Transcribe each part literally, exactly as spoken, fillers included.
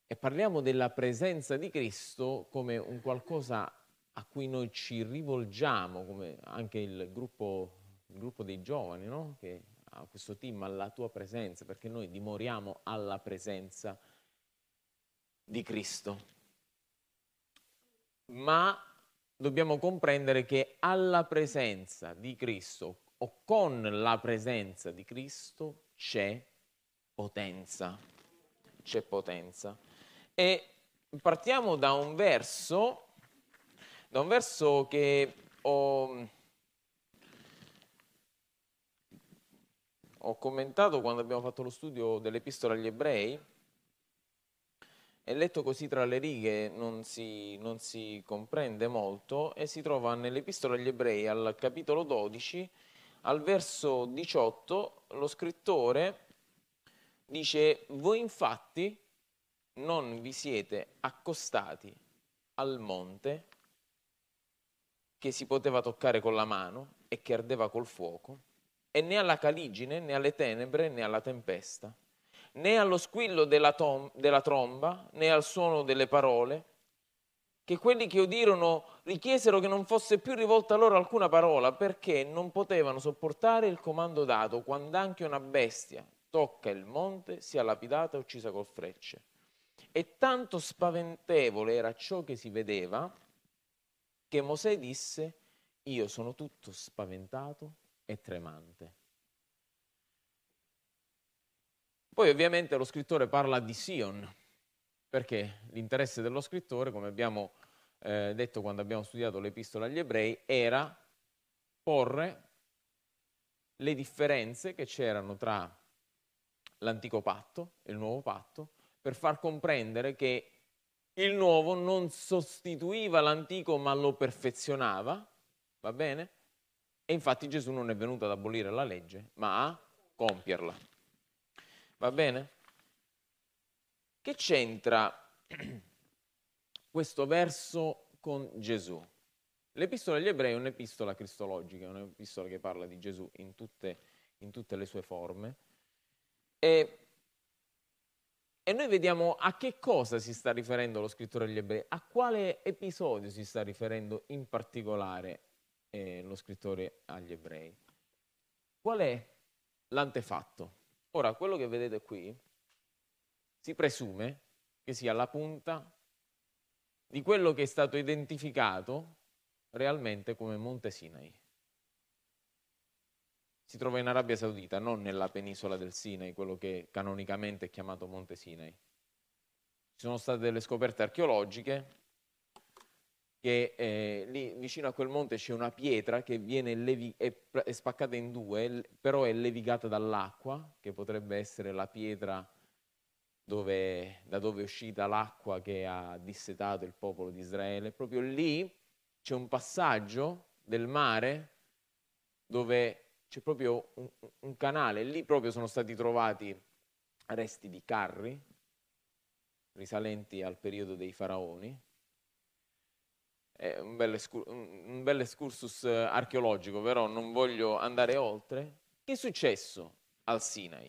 e parliamo della presenza di Cristo come un qualcosa a cui noi ci rivolgiamo, come anche il gruppo, il gruppo dei giovani, no? Che ha questo team, alla tua presenza, perché noi dimoriamo alla presenza di Cristo. Ma dobbiamo comprendere che alla presenza di Cristo o con la presenza di Cristo c'è potenza. C'è potenza. E partiamo da un verso, da un verso che ho, ho commentato quando abbiamo fatto lo studio dell'Epistola agli Ebrei. È letto così tra le righe, non si, non si comprende molto, e si trova nell'Epistola agli Ebrei al capitolo dodici, al verso diciotto, lo scrittore dice: voi infatti non vi siete accostati al monte che si poteva toccare con la mano e che ardeva col fuoco, e né alla caligine, né alle tenebre, né alla tempesta, né allo squillo della, tom- della tromba, né al suono delle parole, che quelli che udirono richiesero che non fosse più rivolta loro alcuna parola, perché non potevano sopportare il comando dato: quando anche una bestia tocca il monte sia lapidata e uccisa col frecce. E tanto spaventevole era ciò che si vedeva, che Mosè disse: io sono tutto spaventato e tremante. Poi ovviamente lo scrittore parla di Sion, perché l'interesse dello scrittore, come abbiamo eh, detto quando abbiamo studiato l'Epistola agli Ebrei, era porre le differenze che c'erano tra l'antico patto e il nuovo patto, per far comprendere che il nuovo non sostituiva l'antico ma lo perfezionava, va bene? E infatti Gesù non è venuto ad abolire la legge, ma a compierla. Va bene? Che c'entra questo verso con Gesù? L'Epistola agli Ebrei è un'epistola cristologica, è un'epistola che parla di Gesù in tutte, in tutte le sue forme. E, e noi vediamo a che cosa si sta riferendo lo scrittore agli Ebrei, a quale episodio si sta riferendo in particolare eh, lo scrittore agli Ebrei. Qual è l'antefatto? Ora, quello che vedete qui si presume che sia la punta di quello che è stato identificato realmente come Monte Sinai. Si trova in Arabia Saudita, non nella penisola del Sinai, quello che canonicamente è chiamato Monte Sinai. Ci sono state delle scoperte archeologiche che eh, lì vicino a quel monte c'è una pietra che viene levi- è, è spaccata in due, però è levigata dall'acqua, che potrebbe essere la pietra dove, da dove è uscita l'acqua che ha dissetato il popolo di Israele. Proprio lì c'è un passaggio del mare dove c'è proprio un, un canale, lì proprio sono stati trovati resti di carri risalenti al periodo dei faraoni. È un bel, escur- un bel excursus archeologico, però non voglio andare oltre. Che è successo al Sinai?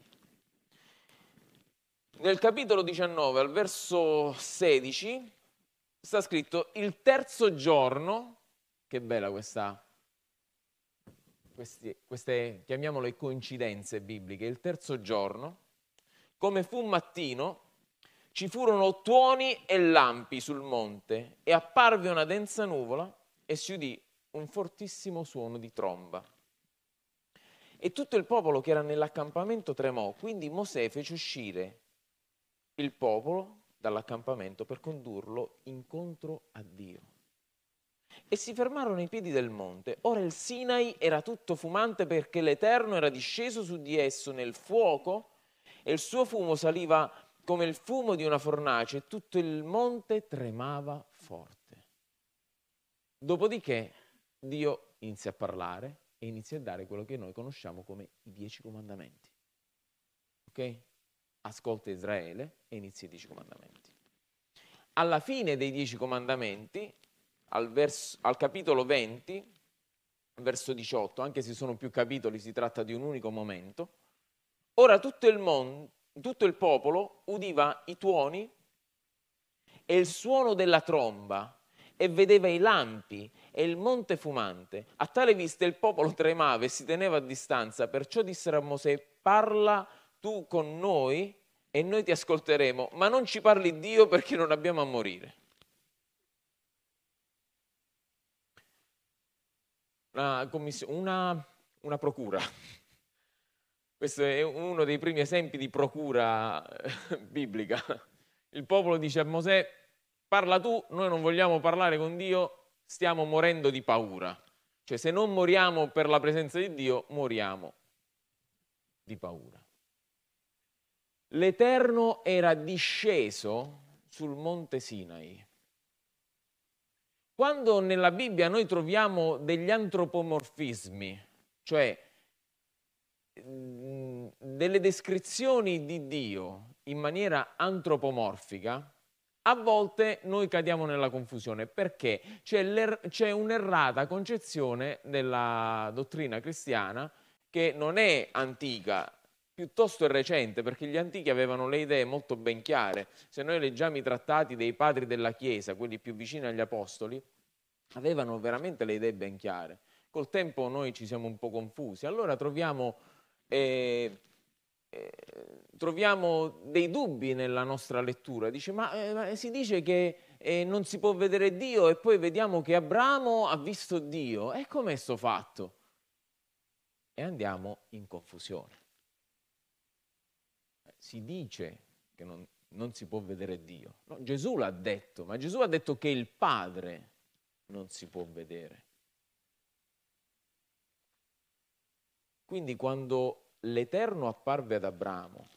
Nel capitolo diciannove, al verso sedici, sta scritto: il terzo giorno, che bella questa, queste, queste, chiamiamole coincidenze bibliche, il terzo giorno, come fu mattino, ci furono tuoni e lampi sul monte, e apparve una densa nuvola, e si udì un fortissimo suono di tromba. E tutto il popolo che era nell'accampamento tremò. Quindi Mosè fece uscire il popolo dall'accampamento per condurlo incontro a Dio. E si fermarono ai piedi del monte. Ora il Sinai era tutto fumante, perché l'Eterno era disceso su di esso nel fuoco, e il suo fumo saliva come il fumo di una fornace, e tutto il monte tremava forte. Dopodiché Dio inizia a parlare e inizia a dare quello che noi conosciamo come i dieci comandamenti. Ok? Ascolta Israele e inizia i dieci comandamenti. Alla fine dei dieci comandamenti, al, verso, al capitolo venti, verso diciotto, anche se sono più capitoli, si tratta di un unico momento. Ora tutto il mondo, tutto il popolo udiva i tuoni e il suono della tromba, e vedeva i lampi e il monte fumante. A tale vista il popolo tremava e si teneva a distanza, perciò dissero a Mosè: parla tu con noi e noi ti ascolteremo, ma non ci parli Dio perché non abbiamo a morire. Una, una, una procura. Questo è uno dei primi esempi di procura biblica. Il popolo dice a Mosè: parla tu, noi non vogliamo parlare con Dio, stiamo morendo di paura. Cioè, se non moriamo per la presenza di Dio, moriamo di paura. L'Eterno era disceso sul monte Sinai. Quando nella Bibbia noi troviamo degli antropomorfismi, cioè delle descrizioni di Dio in maniera antropomorfica, a volte noi cadiamo nella confusione perché c'è, c'è un'errata concezione della dottrina cristiana che non è antica, piuttosto è recente, perché gli antichi avevano le idee molto ben chiare. Se noi leggiamo i trattati dei padri della Chiesa, quelli più vicini agli apostoli, avevano veramente le idee ben chiare. Col tempo noi ci siamo un po' confusi, allora troviamo eh, eh, troviamo dei dubbi nella nostra lettura. Dice, ma eh, si dice che eh, non si può vedere Dio e poi vediamo che Abramo ha visto Dio. E com'è sto fatto? E andiamo in confusione. Si dice che non, non si può vedere Dio. No, Gesù l'ha detto, ma Gesù ha detto che il Padre non si può vedere. Quindi quando l'Eterno apparve ad Abramo,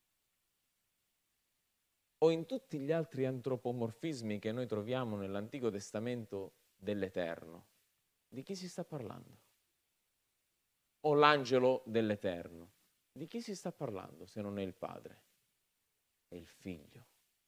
o in tutti gli altri antropomorfismi che noi troviamo nell'Antico Testamento dell'Eterno, di chi si sta parlando? O l'angelo dell'Eterno, di chi si sta parlando se non è il Padre? È il Figlio.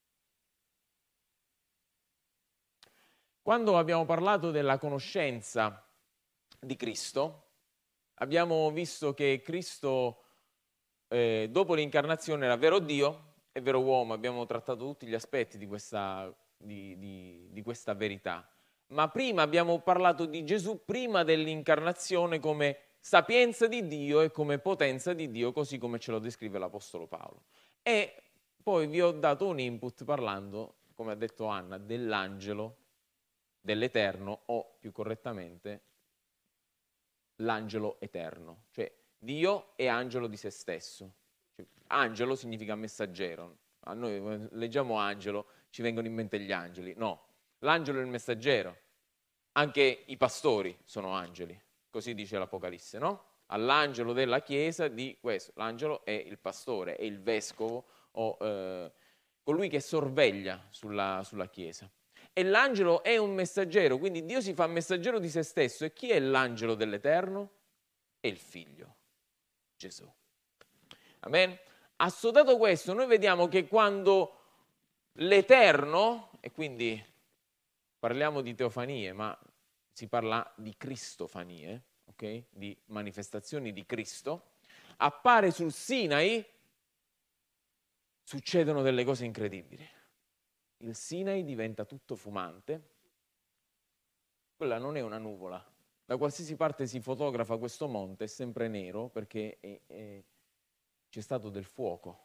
Quando abbiamo parlato della conoscenza di Cristo, abbiamo visto che Cristo, eh, dopo l'incarnazione, era vero Dio e vero uomo. Abbiamo trattato tutti gli aspetti di questa, di, di, di questa verità. Ma prima abbiamo parlato di Gesù prima dell'incarnazione come sapienza di Dio e come potenza di Dio, così come ce lo descrive l'Apostolo Paolo. E poi vi ho dato un input parlando, come ha detto Anna, dell'angelo dell'Eterno, o più correttamente l'angelo eterno, cioè Dio è angelo di se stesso. Cioè, angelo significa messaggero. A noi quando leggiamo angelo ci vengono in mente gli angeli. No, l'angelo è il messaggero. Anche i pastori sono angeli, così dice l'Apocalisse, no? All'angelo della Chiesa di questo, l'angelo è il pastore, è il vescovo o eh, colui che sorveglia sulla, sulla Chiesa. E l'angelo è un messaggero, quindi Dio si fa messaggero di se stesso. E chi è l'angelo dell'Eterno? È il Figlio, Gesù. Amen? Assodato questo, noi vediamo che quando l'Eterno, e quindi parliamo di teofanie, ma si parla di cristofanie, ok? Di manifestazioni di Cristo, appare sul Sinai, succedono delle cose incredibili. Il Sinai diventa tutto fumante. Quella non è una nuvola. Da qualsiasi parte si fotografa questo monte è sempre nero perché è, è, c'è stato del fuoco.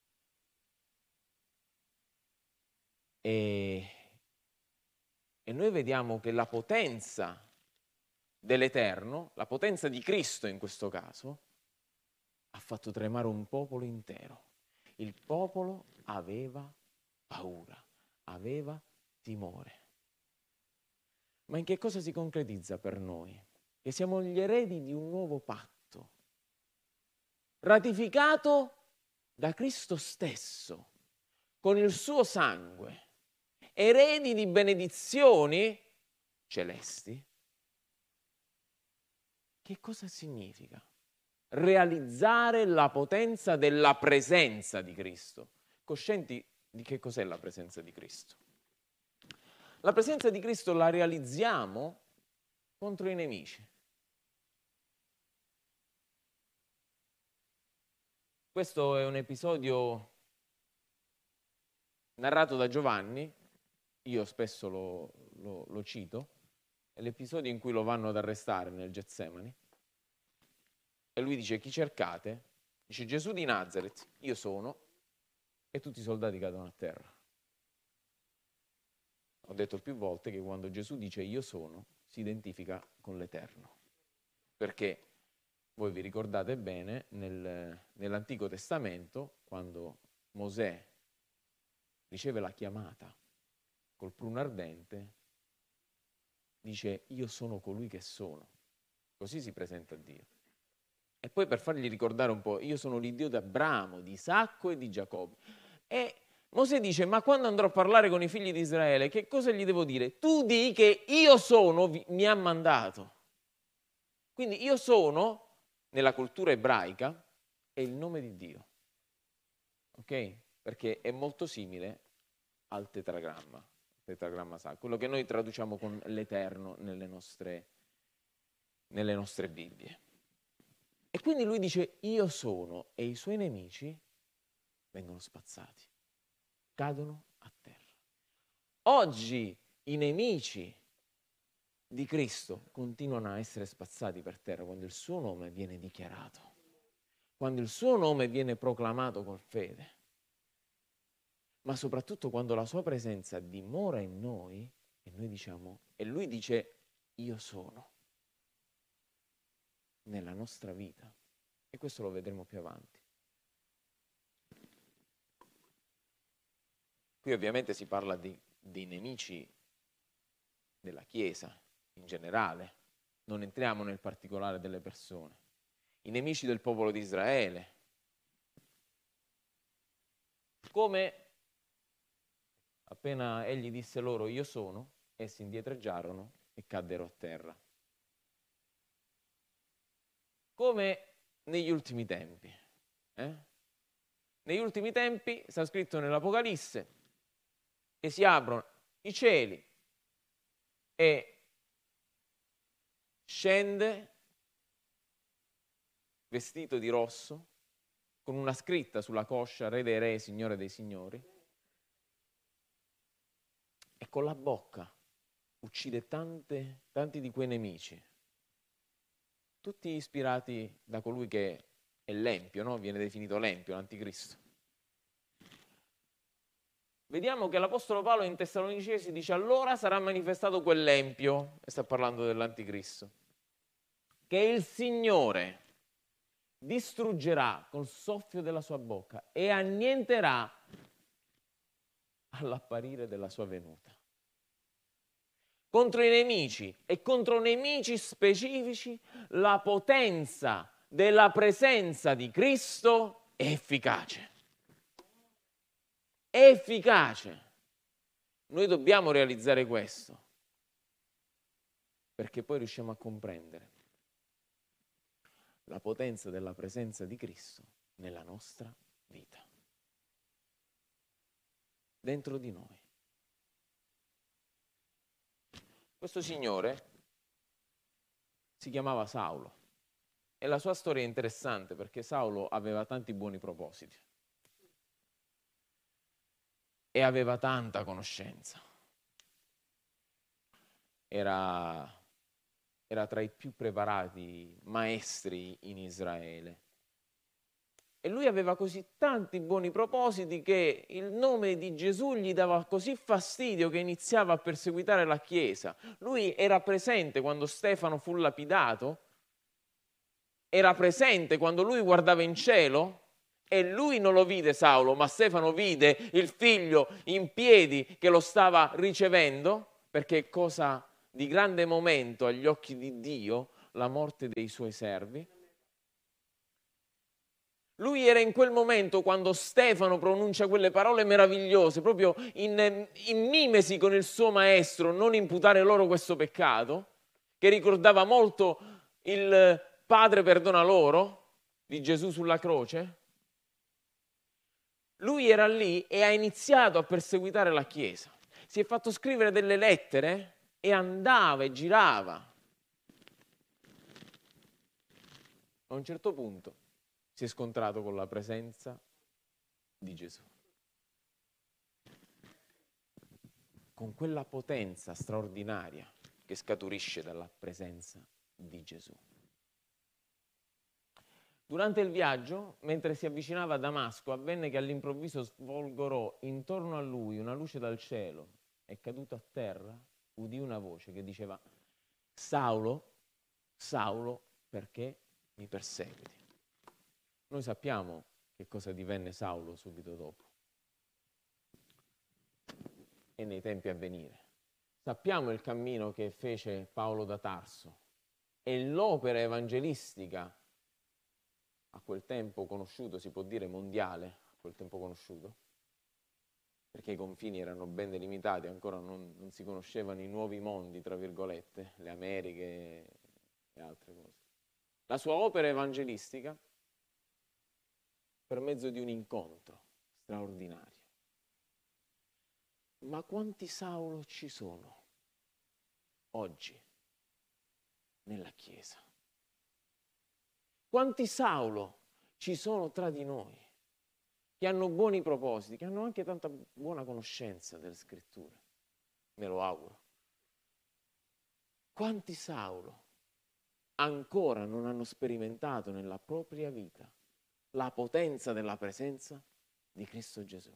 E, e noi vediamo che la potenza dell'Eterno, la potenza di Cristo in questo caso, ha fatto tremare un popolo intero. Il popolo aveva paura, aveva timore. Ma in che cosa si concretizza per noi? Che siamo gli eredi di un nuovo patto, ratificato da Cristo stesso, con il suo sangue, eredi di benedizioni celesti. Che cosa significa? Realizzare la potenza della presenza di Cristo. Coscienti di che cos'è la presenza di Cristo? La presenza di Cristo la realizziamo contro i nemici. Questo è un episodio narrato da Giovanni io spesso lo, lo, lo cito, è l'episodio in cui lo vanno ad arrestare nel Getsemani e lui dice: chi cercate? Dice: Gesù di Nazareth, io sono, e tutti i soldati cadono a terra. Ho detto più volte che quando Gesù dice io sono, si identifica con l'Eterno, perché voi vi ricordate bene, nel, nell'Antico Testamento, quando Mosè riceve la chiamata col pruno ardente, dice io sono colui che sono. Così si presenta a Dio. E poi per fargli ricordare un po', io sono l'Iddio di Abramo, di Isacco e di Giacobbe. E Mosè dice, ma quando andrò a parlare con i figli di Israele, che cosa gli devo dire? Tu di che io sono, mi ha mandato. Quindi io sono, nella cultura ebraica, è il nome di Dio. Ok? Perché è molto simile al tetragramma, tetragramma sacro, quello che noi traduciamo con l'Eterno nelle nostre, nelle nostre Bibbie. E quindi lui dice io sono, e i suoi nemici vengono spazzati, cadono a terra. Oggi i nemici di Cristo continuano a essere spazzati per terra quando il suo nome viene dichiarato, quando il suo nome viene proclamato con fede, ma soprattutto quando la sua presenza dimora in noi e noi diciamo, e lui dice io sono nella nostra vita, e questo lo vedremo più avanti. Qui ovviamente si parla di, di nemici della Chiesa in generale, non entriamo nel particolare delle persone. I nemici del popolo di Israele, come appena egli disse loro io sono, essi indietreggiarono e caddero a terra. Come negli ultimi tempi. Eh? Negli ultimi tempi, sta scritto nell'Apocalisse, che si aprono i cieli e scende vestito di rosso, con una scritta sulla coscia, Re dei Re, Signore dei Signori, e con la bocca uccide tante, tanti di quei nemici, tutti ispirati da colui che è l'Empio, no? Viene definito l'Empio, l'Anticristo. Vediamo che l'Apostolo Paolo in Tessalonicesi dice allora sarà manifestato quell'Empio, e sta parlando dell'Anticristo, che il Signore distruggerà col soffio della sua bocca e annienterà all'apparire della sua venuta. Contro i nemici e contro nemici specifici la potenza della presenza di Cristo è efficace. È efficace. Noi dobbiamo realizzare questo, perché poi riusciamo a comprendere la potenza della presenza di Cristo nella nostra vita, dentro di noi. Questo signore si chiamava Saulo e la sua storia è interessante perché Saulo aveva tanti buoni propositi e aveva tanta conoscenza. Era, era tra i più preparati maestri in Israele. E lui aveva così tanti buoni propositi che il nome di Gesù gli dava così fastidio che iniziava a perseguitare la Chiesa. Lui era presente quando Stefano fu lapidato, era presente quando lui guardava in cielo e lui non lo vide Saulo, ma Stefano vide il figlio in piedi che lo stava ricevendo, perché è cosa di grande momento agli occhi di Dio la morte dei suoi servi. Lui era in quel momento quando Stefano pronuncia quelle parole meravigliose, proprio in, in mimesi con il suo maestro, non imputare loro questo peccato, che ricordava molto il Padre perdona loro, di Gesù sulla croce. Lui era lì e ha iniziato a perseguitare la Chiesa. Si è fatto scrivere delle lettere e andava e girava. A un certo punto si è scontrato con la presenza di Gesù. con quella potenza straordinaria che scaturisce dalla presenza di Gesù. Durante il viaggio, mentre si avvicinava a Damasco, avvenne che all'improvviso sfolgorò intorno a lui una luce dal cielo e caduto a terra udì una voce che diceva: Saulo, Saulo, perché mi perseguiti? Noi sappiamo che cosa divenne Saulo subito dopo e nei tempi a venire. Sappiamo il cammino che fece Paolo da Tarso e l'opera evangelistica a quel tempo conosciuto, si può dire mondiale, a quel tempo conosciuto, perché i confini erano ben delimitati, ancora non, non si conoscevano i nuovi mondi, tra virgolette, le Americhe e altre cose. La sua opera evangelistica per mezzo di un incontro straordinario. Ma quanti Saulo ci sono oggi nella Chiesa? Quanti Saulo ci sono tra di noi che hanno buoni propositi, che hanno anche tanta buona conoscenza delle scritture? Me lo auguro. Quanti Saulo ancora non hanno sperimentato nella propria vita la potenza della presenza di Cristo Gesù?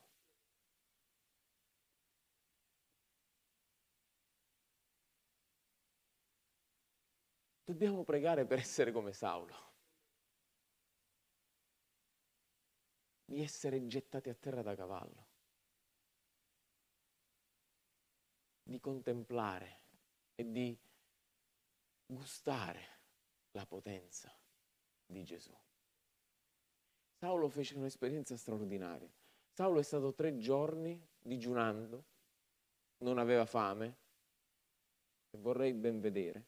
Dobbiamo pregare per essere come Saulo, di essere gettati a terra da cavallo, di contemplare e di gustare la potenza di Gesù. Saulo fece un'esperienza straordinaria. Saulo è stato tre giorni digiunando, non aveva fame, e vorrei ben vedere,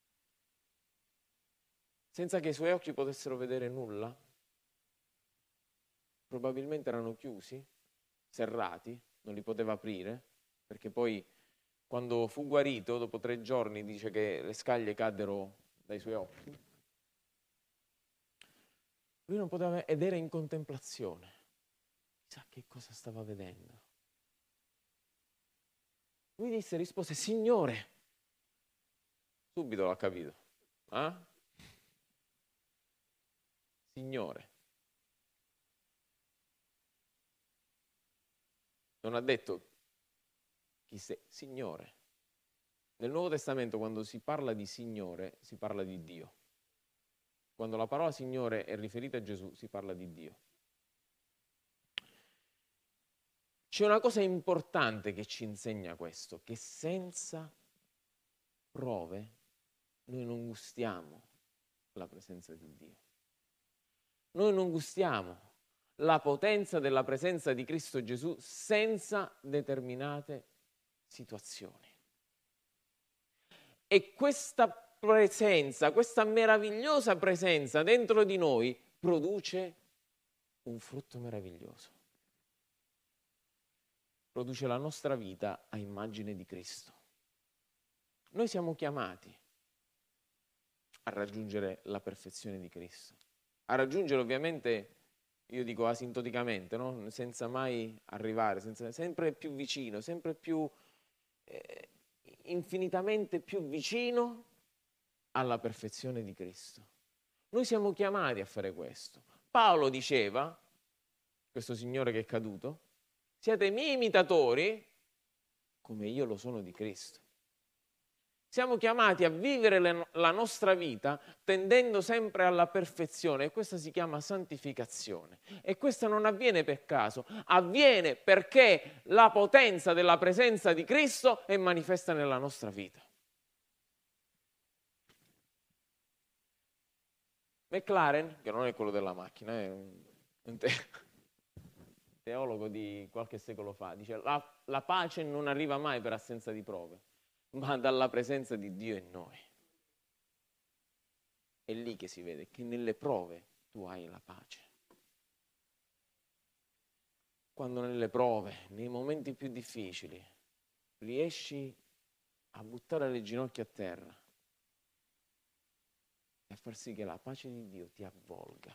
senza che i suoi occhi potessero vedere nulla. Probabilmente erano chiusi, serrati, non li poteva aprire, perché poi quando fu guarito, dopo tre giorni, dice che le scaglie caddero dai suoi occhi. Lui non poteva, ed era in contemplazione. Chissà che cosa stava vedendo. Lui disse, rispose, Signore. Subito l'ha capito. Eh? Signore. Non ha detto chi sei, Signore. Nel Nuovo Testamento quando si parla di Signore si parla di Dio. Quando la parola Signore è riferita a Gesù si parla di Dio. C'è una cosa importante che ci insegna questo, che senza prove noi non gustiamo la presenza di Dio. Noi non gustiamo la potenza della presenza di Cristo Gesù senza determinate situazioni. E questa presenza, questa meravigliosa presenza dentro di noi produce un frutto meraviglioso. Produce la nostra vita a immagine di Cristo. Noi siamo chiamati a raggiungere la perfezione di Cristo. A raggiungere ovviamente, io dico asintoticamente, no? Senza mai arrivare, senza, sempre più vicino, sempre più, eh, infinitamente più vicino alla perfezione di Cristo. Noi siamo chiamati a fare questo. Paolo diceva, questo signore che è caduto, siete miei imitatori come io lo sono di Cristo. Siamo chiamati a vivere le, la nostra vita tendendo sempre alla perfezione e questa si chiama santificazione. E questo non avviene per caso, avviene perché la potenza della presenza di Cristo è manifesta nella nostra vita. McLaren, che non è quello della macchina, è un te- teologo di qualche secolo fa, dice la, la pace non arriva mai per assenza di prove, ma dalla presenza di Dio in noi. È lì che si vede che nelle prove tu hai la pace. Quando nelle prove, nei momenti più difficili, riesci a buttare le ginocchia a terra e a far sì che la pace di Dio ti avvolga.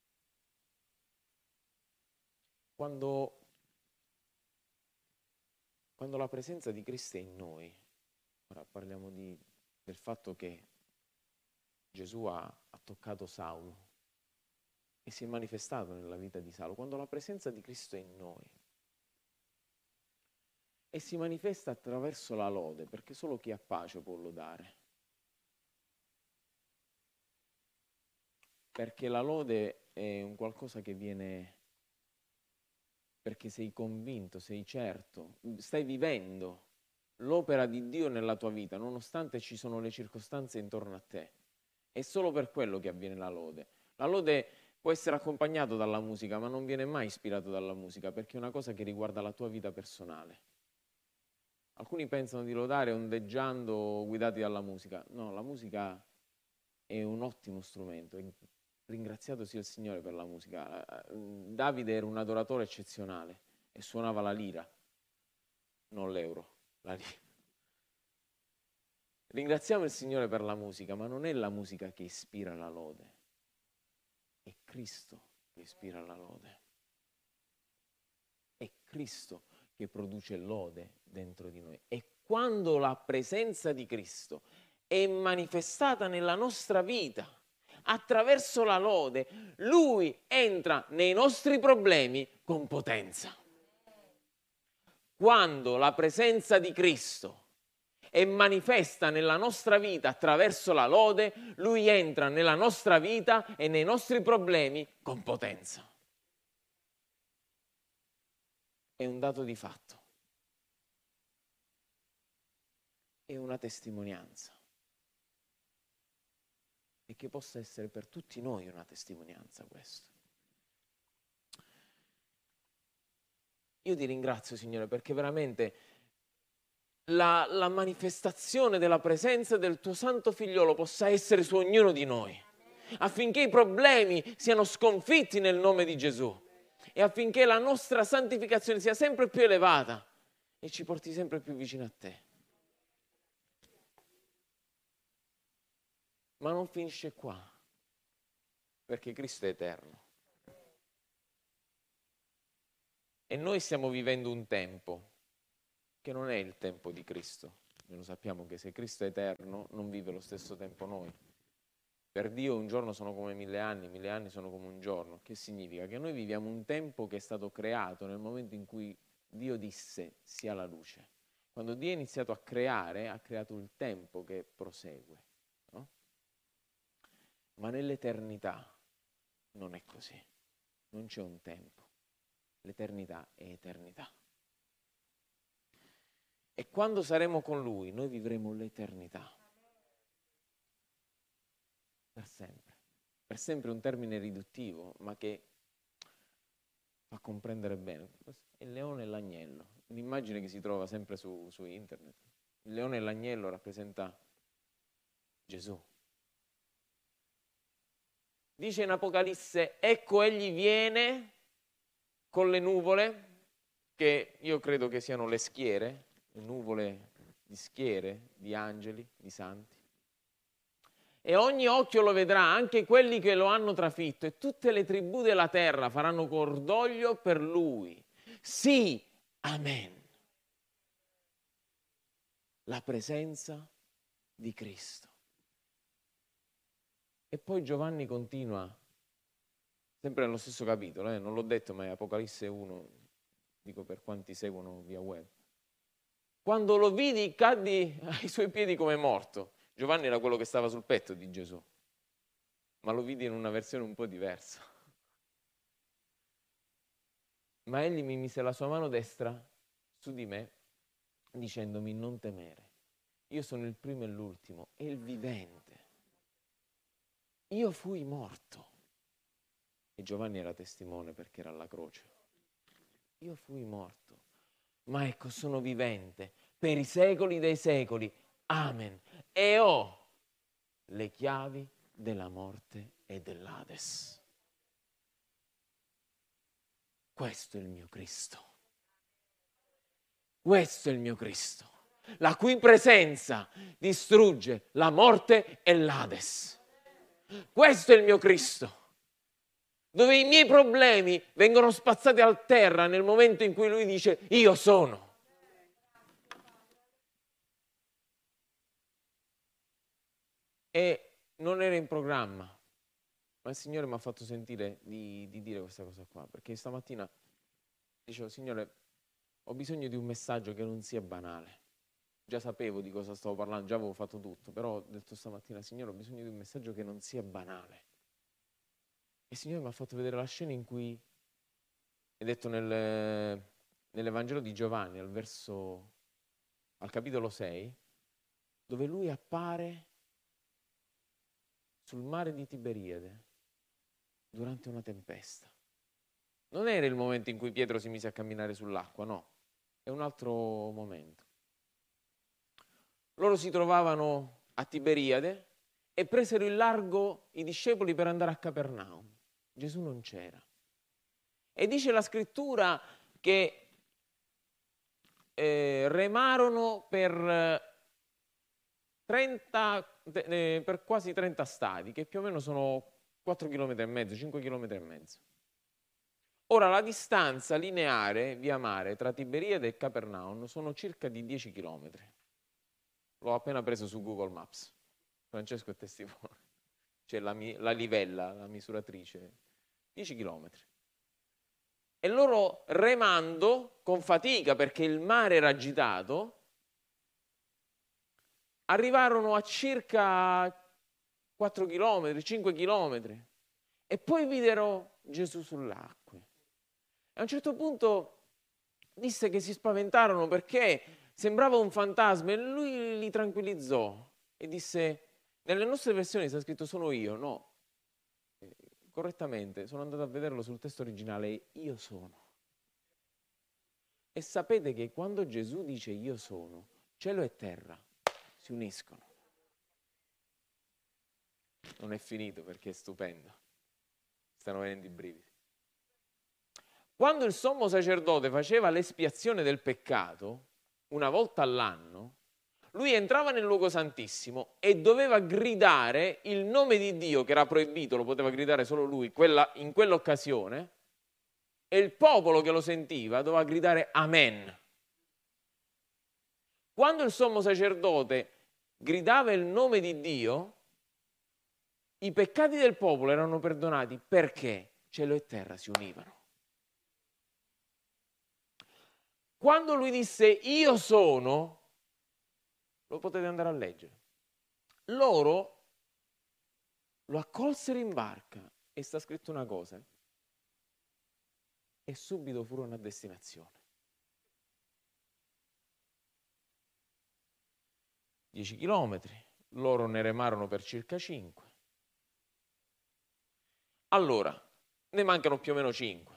Quando Quando la presenza di Cristo è in noi, ora parliamo di, del fatto che Gesù ha, ha toccato Saulo e si è manifestato nella vita di Saulo, quando la presenza di Cristo è in noi e si manifesta attraverso la lode, perché solo chi ha pace può lodare. Perché la lode è un qualcosa che viene perché sei convinto, sei certo, stai vivendo l'opera di Dio nella tua vita, nonostante ci sono le circostanze intorno a te. È solo per quello che avviene la lode. La lode può essere accompagnato dalla musica, ma non viene mai ispirato dalla musica, perché è una cosa che riguarda la tua vita personale. Alcuni pensano di lodare ondeggiando, guidati dalla musica. No, la musica è un ottimo strumento. Ringraziato sia il Signore per la musica. Davide era un adoratore eccezionale e suonava la lira, non l'euro, la lira. Ringraziamo il Signore per la musica, ma non è la musica che ispira la lode, è Cristo che ispira la lode. È Cristo che produce lode dentro di noi. E quando la presenza di Cristo è manifestata nella nostra vita, attraverso la lode, Lui entra nei nostri problemi con potenza. Quando la presenza di Cristo è manifesta nella nostra vita attraverso la lode, Lui entra nella nostra vita e nei nostri problemi con potenza. È un dato di fatto. È una testimonianza. E che possa essere per tutti noi una testimonianza questo. Io ti ringrazio, Signore, perché veramente la, la manifestazione della presenza del tuo Santo Figliolo possa essere su ognuno di noi, affinché i problemi siano sconfitti nel nome di Gesù e affinché la nostra santificazione sia sempre più elevata e ci porti sempre più vicino a te. Ma non finisce qua, perché Cristo è eterno. E noi stiamo vivendo un tempo che non è il tempo di Cristo. Noi lo sappiamo che se Cristo è eterno non vive lo stesso tempo noi. Per Dio un giorno sono come mille anni, mille anni sono come un giorno. Che significa? Che noi viviamo un tempo che è stato creato nel momento in cui Dio disse sia la luce. Quando Dio ha iniziato a creare, ha creato il tempo che prosegue. No? Ma nell'eternità non è così. Non c'è un tempo. L'eternità è eternità. E quando saremo con Lui, noi vivremo l'eternità. Per sempre. Per sempre è un termine riduttivo, ma che fa comprendere bene. Il leone e l'agnello. Un'immagine che si trova sempre su, su internet. Il leone e l'agnello rappresenta Gesù. Dice in Apocalisse, ecco egli viene con le nuvole, che io credo che siano le schiere, le nuvole di schiere, di angeli, di santi. E ogni occhio lo vedrà, anche quelli che lo hanno trafitto, e tutte le tribù della terra faranno cordoglio per lui. Sì, amen. La presenza di Cristo. E poi Giovanni continua, sempre nello stesso capitolo, eh? Non l'ho detto, ma è Apocalisse uno, dico per quanti seguono via web. Quando lo vidi, caddi ai suoi piedi come morto. Giovanni era quello che stava sul petto di Gesù, ma lo vidi in una versione un po' diversa. Ma egli mi mise la sua mano destra su di me, dicendomi non temere. Io sono il primo e l'ultimo e il vivente. Io fui morto. E Giovanni era testimone perché era alla croce. Io fui morto, ma ecco sono vivente per i secoli dei secoli. Amen. E ho le chiavi della morte e dell'Ades. Questo è il mio Cristo. Questo è il mio Cristo, la cui presenza distrugge la morte e l'Ades. Questo è il mio Cristo, dove i miei problemi vengono spazzati a terra nel momento in cui Lui dice io sono. e non era in programma, ma il Signore mi ha fatto sentire di, di dire questa cosa qua, perché stamattina dicevo, Signore, ho bisogno di un messaggio che non sia banale. Già sapevo di cosa stavo parlando, già avevo fatto tutto, però ho detto stamattina, Signore, ho bisogno di un messaggio che non sia banale. E il Signore mi ha fatto vedere la scena in cui è detto nel, nell'Evangelo di Giovanni, al verso, al capitolo sei, dove lui appare sul mare di Tiberiade durante una tempesta. Non era il momento in cui Pietro si mise a camminare sull'acqua, no, è un altro momento. Loro si trovavano a Tiberiade e presero in largo i discepoli per andare a Capernaum. Gesù non c'era. E dice la scrittura che eh, remarono per, trenta, eh, per quasi trenta stadi, che più o meno sono quattro chilometri e mezzo, cinque chilometri e mezzo. Ora la distanza lineare via mare tra Tiberiade e Capernaum sono circa di dieci chilometri. L'ho appena preso su Google Maps. Francesco è testimone. C'è la, la livella, la misuratrice. dieci chilometri. E loro remando con fatica perché il mare era agitato, arrivarono a circa quattro chilometri, cinque chilometri e poi videro Gesù sull'acqua. A un certo punto disse che si spaventarono perché sembrava un fantasma e lui li tranquillizzò e disse, nelle nostre versioni sta scritto sono io, no, correttamente sono andato a vederlo sul testo originale, io sono. E sapete che quando Gesù dice io sono, cielo e terra si uniscono. Non è finito perché è stupendo, stanno venendo i brividi. Quando il sommo sacerdote faceva l'espiazione del peccato, una volta all'anno, lui entrava nel luogo santissimo e doveva gridare il nome di Dio, che era proibito, lo poteva gridare solo lui quella, in quell'occasione, e il popolo che lo sentiva doveva gridare Amen. Quando il sommo sacerdote gridava il nome di Dio, i peccati del popolo erano perdonati perché cielo e terra si univano. Quando lui disse io sono, lo potete andare a leggere, loro lo accolsero in barca e sta scritto una cosa, e subito furono a destinazione. Dieci chilometri, loro ne remarono per circa cinque. Allora, ne mancano più o meno cinque.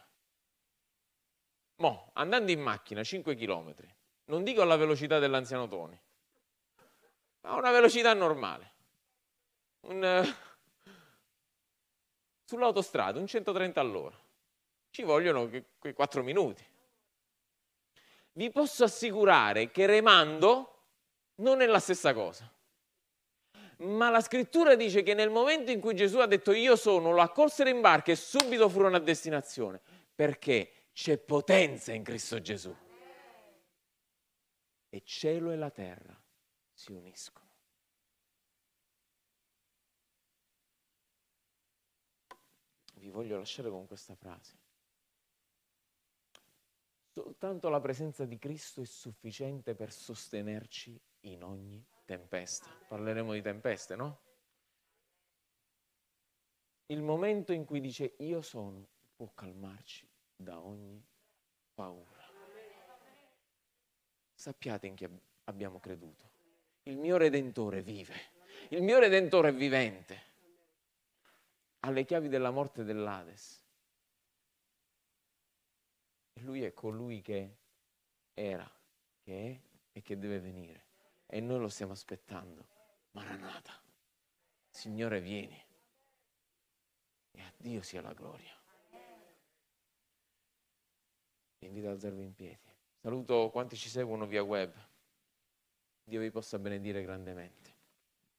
Mo, andando in macchina cinque chilometri, non dico alla velocità dell'anziano Tony, ma a una velocità normale. Un, uh, sull'autostrada, un centotrenta all'ora. Ci vogliono quei quattro minuti. Vi posso assicurare che remando non è la stessa cosa. Ma la scrittura dice che nel momento in cui Gesù ha detto io sono, lo accolsero in barca e subito furono a destinazione. Perché? C'è potenza in Cristo Gesù. E cielo e la terra si uniscono. Vi voglio lasciare con questa frase. Soltanto la presenza di Cristo è sufficiente per sostenerci in ogni tempesta. Parleremo di tempeste, no? Il momento in cui dice io sono può calmarci da ogni paura. Sappiate in chi abbiamo creduto. Il mio Redentore vive. Il mio Redentore è vivente. Ha le chiavi della morte e dell'Ades. E lui è colui che era, che è e che deve venire. E noi lo stiamo aspettando. Maranata. Signore, vieni. E a Dio sia la gloria. Vi invito ad alzarvi in piedi. Saluto quanti ci seguono via web. Dio vi possa benedire grandemente.